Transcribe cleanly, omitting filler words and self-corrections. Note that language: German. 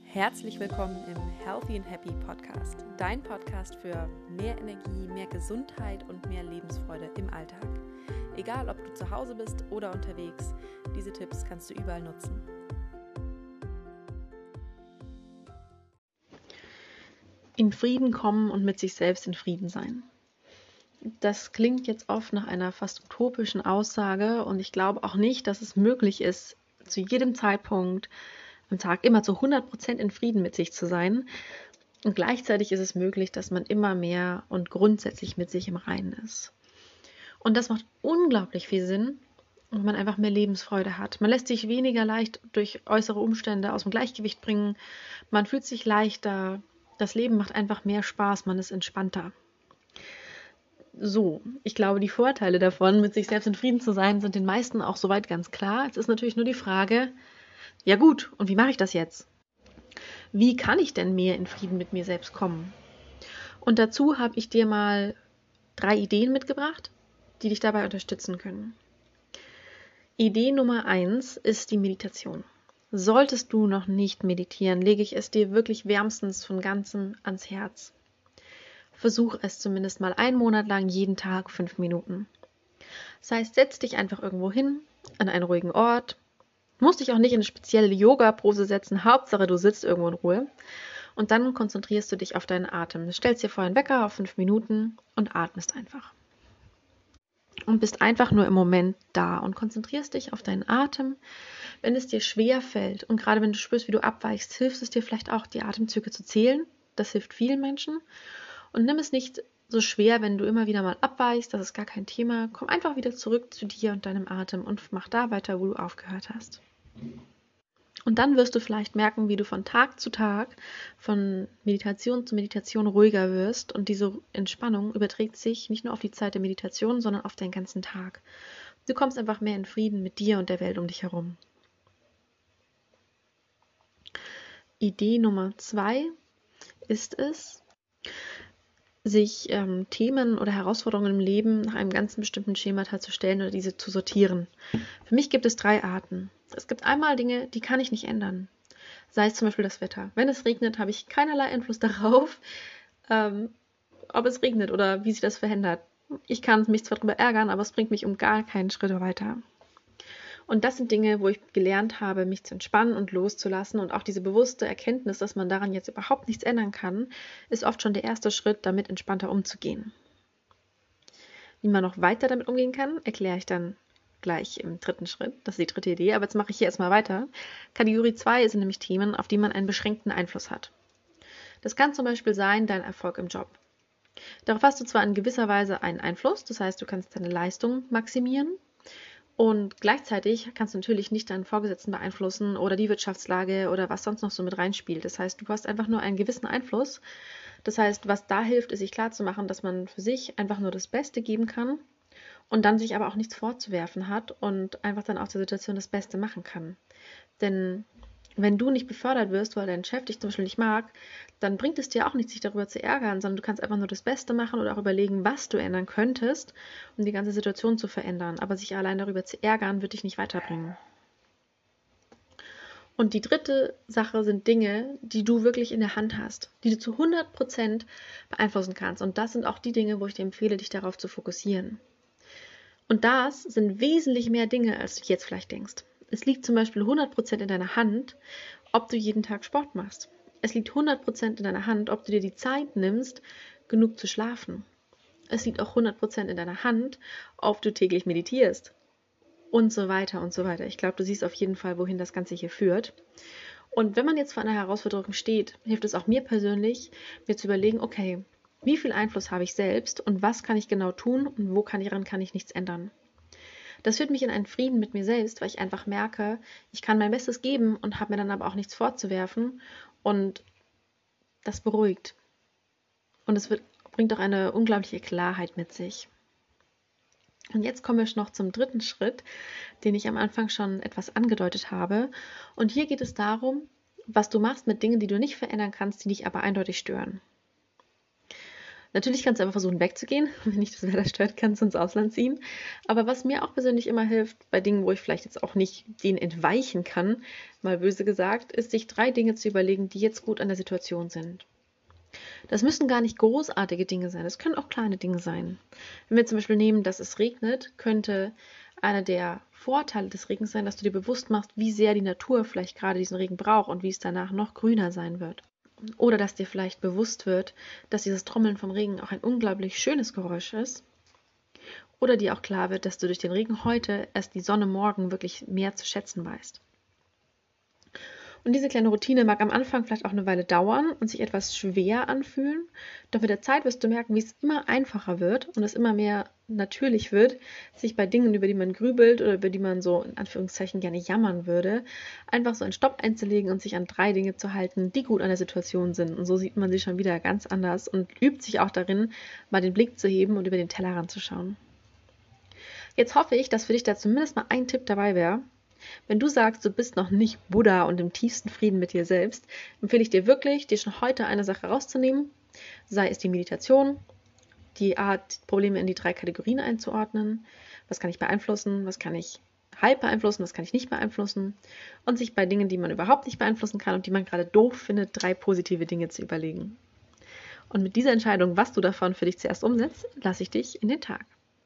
Herzlich willkommen im Healthy and Happy Podcast, dein Podcast für mehr Energie, mehr Gesundheit und mehr Lebensfreude im Alltag. Egal, ob du zu Hause bist oder unterwegs, diese Tipps kannst du überall nutzen. In Frieden kommen und mit sich selbst in Frieden sein. Das klingt jetzt oft nach einer fast utopischen Aussage und ich glaube auch nicht, dass es möglich ist, zu jedem Zeitpunkt am Tag immer zu 100% in Frieden mit sich zu sein. Und gleichzeitig ist es möglich, dass man immer mehr und grundsätzlich mit sich im Reinen ist. Und das macht unglaublich viel Sinn, und man einfach mehr Lebensfreude hat. Man lässt sich weniger leicht durch äußere Umstände aus dem Gleichgewicht bringen. Man fühlt sich leichter. Das Leben macht einfach mehr Spaß. Man ist entspannter. So, ich glaube, die Vorteile davon, mit sich selbst in Frieden zu sein, sind den meisten auch soweit ganz klar. Jetzt ist natürlich nur die Frage, ja gut, und wie mache ich das jetzt? Wie kann ich denn mehr in Frieden mit mir selbst kommen? Und dazu habe ich dir mal 3 Ideen mitgebracht, die dich dabei unterstützen können. Idee Nummer 1 ist die Meditation. Solltest du noch nicht meditieren, lege ich es dir wirklich wärmstens von ganzem ans Herz. Versuch es zumindest mal 1 Monat lang jeden Tag 5 Minuten. Das heißt, setz dich einfach irgendwo hin, an einen ruhigen Ort. Du musst dich auch nicht in eine spezielle Yoga-Pose setzen, Hauptsache du sitzt irgendwo in Ruhe. Und dann konzentrierst du dich auf deinen Atem. Du stellst dir vorher einen Wecker auf 5 Minuten und atmest einfach. Und bist einfach nur im Moment da und konzentrierst dich auf deinen Atem. Wenn es dir schwer fällt und gerade wenn du spürst, wie du abweichst, hilft es dir vielleicht auch, die Atemzüge zu zählen. Das hilft vielen Menschen. Und nimm es nicht so schwer, wenn du immer wieder mal abweichst, das ist gar kein Thema. Komm einfach wieder zurück zu dir und deinem Atem und mach da weiter, wo du aufgehört hast. Und dann wirst du vielleicht merken, wie du von Tag zu Tag, von Meditation zu Meditation ruhiger wirst. Und diese Entspannung überträgt sich nicht nur auf die Zeit der Meditation, sondern auf deinen ganzen Tag. Du kommst einfach mehr in Frieden mit dir und der Welt um dich herum. Idee Nummer 2 ist es, sich Themen oder Herausforderungen im Leben nach einem ganz bestimmten Schemata zu stellen oder diese zu sortieren. Für mich gibt es 3 Arten. Es gibt einmal Dinge, die kann ich nicht ändern. Sei es zum Beispiel das Wetter. Wenn es regnet, habe ich keinerlei Einfluss darauf, ob es regnet oder wie sich das verändert. Ich kann mich zwar darüber ärgern, aber es bringt mich um gar keinen Schritt weiter. Und das sind Dinge, wo ich gelernt habe, mich zu entspannen und loszulassen. Und auch diese bewusste Erkenntnis, dass man daran jetzt überhaupt nichts ändern kann, ist oft schon der erste Schritt, damit entspannter umzugehen. Wie man noch weiter damit umgehen kann, erkläre ich dann gleich im 3. Schritt. Das ist die 3. Idee, aber jetzt mache ich hier erstmal weiter. Kategorie 2 sind nämlich Themen, auf die man einen beschränkten Einfluss hat. Das kann zum Beispiel sein, dein Erfolg im Job. Darauf hast du zwar in gewisser Weise einen Einfluss, das heißt, du kannst deine Leistung maximieren, und gleichzeitig kannst du natürlich nicht deinen Vorgesetzten beeinflussen oder die Wirtschaftslage oder was sonst noch so mit reinspielt. Das heißt, du hast einfach nur einen gewissen Einfluss. Das heißt, was da hilft, ist sich klarzumachen, dass man für sich einfach nur das Beste geben kann und dann sich aber auch nichts vorzuwerfen hat und einfach dann aus der Situation das Beste machen kann. Denn wenn du nicht befördert wirst, weil dein Chef dich zum Beispiel nicht mag, dann bringt es dir auch nichts, sich darüber zu ärgern, sondern du kannst einfach nur das Beste machen oder auch überlegen, was du ändern könntest, um die ganze Situation zu verändern. Aber sich allein darüber zu ärgern, wird dich nicht weiterbringen. Und die 3. Sache sind Dinge, die du wirklich in der Hand hast, die du zu 100% beeinflussen kannst. Und das sind auch die Dinge, wo ich dir empfehle, dich darauf zu fokussieren. Und das sind wesentlich mehr Dinge, als du jetzt vielleicht denkst. Es liegt zum Beispiel 100% in deiner Hand, ob du jeden Tag Sport machst. Es liegt 100% in deiner Hand, ob du dir die Zeit nimmst, genug zu schlafen. Es liegt auch 100% in deiner Hand, ob du täglich meditierst. Und so weiter und so weiter. Ich glaube, du siehst auf jeden Fall, wohin das Ganze hier führt. Und wenn man jetzt vor einer Herausforderung steht, hilft es auch mir persönlich, mir zu überlegen, okay, wie viel Einfluss habe ich selbst und was kann ich genau tun und woran kann ich nichts ändern. Das führt mich in einen Frieden mit mir selbst, weil ich einfach merke, ich kann mein Bestes geben und habe mir dann aber auch nichts vorzuwerfen und das beruhigt. Und es bringt auch eine unglaubliche Klarheit mit sich. Und jetzt kommen wir noch zum 3. Schritt, den ich am Anfang schon etwas angedeutet habe. Und hier geht es darum, was du machst mit Dingen, die du nicht verändern kannst, die dich aber eindeutig stören. Natürlich kannst du einfach versuchen wegzugehen. Wenn dich das Wetter stört, kannst du ins Ausland ziehen. Aber was mir auch persönlich immer hilft, bei Dingen, wo ich vielleicht jetzt auch nicht denen entweichen kann, mal böse gesagt, ist, sich 3 Dinge zu überlegen, die jetzt gut an der Situation sind. Das müssen gar nicht großartige Dinge sein, das können auch kleine Dinge sein. Wenn wir zum Beispiel nehmen, dass es regnet, könnte einer der Vorteile des Regens sein, dass du dir bewusst machst, wie sehr die Natur vielleicht gerade diesen Regen braucht und wie es danach noch grüner sein wird. Oder dass dir vielleicht bewusst wird, dass dieses Trommeln vom Regen auch ein unglaublich schönes Geräusch ist. Oder dir auch klar wird, dass du durch den Regen heute erst die Sonne morgen wirklich mehr zu schätzen weißt. Und diese kleine Routine mag am Anfang vielleicht auch eine Weile dauern und sich etwas schwer anfühlen. Doch mit der Zeit wirst du merken, wie es immer einfacher wird und es immer mehr natürlich wird, sich bei Dingen, über die man grübelt oder über die man so in Anführungszeichen gerne jammern würde, einfach so einen Stopp einzulegen und sich an 3 Dinge zu halten, die gut an der Situation sind. Und so sieht man sie schon wieder ganz anders und übt sich auch darin, mal den Blick zu heben und über den Tellerrand zu schauen. Jetzt hoffe ich, dass für dich da zumindest mal ein Tipp dabei wäre. Wenn du sagst, du bist noch nicht Buddha und im tiefsten Frieden mit dir selbst, empfehle ich dir wirklich, dir schon heute eine Sache rauszunehmen, sei es die Meditation, die Art, Probleme in die 3 Kategorien einzuordnen, was kann ich beeinflussen, was kann ich halb beeinflussen, was kann ich nicht beeinflussen und sich bei Dingen, die man überhaupt nicht beeinflussen kann und die man gerade doof findet, 3 positive Dinge zu überlegen. Und mit dieser Entscheidung, was du davon für dich zuerst umsetzt, lasse ich dich in den Tag.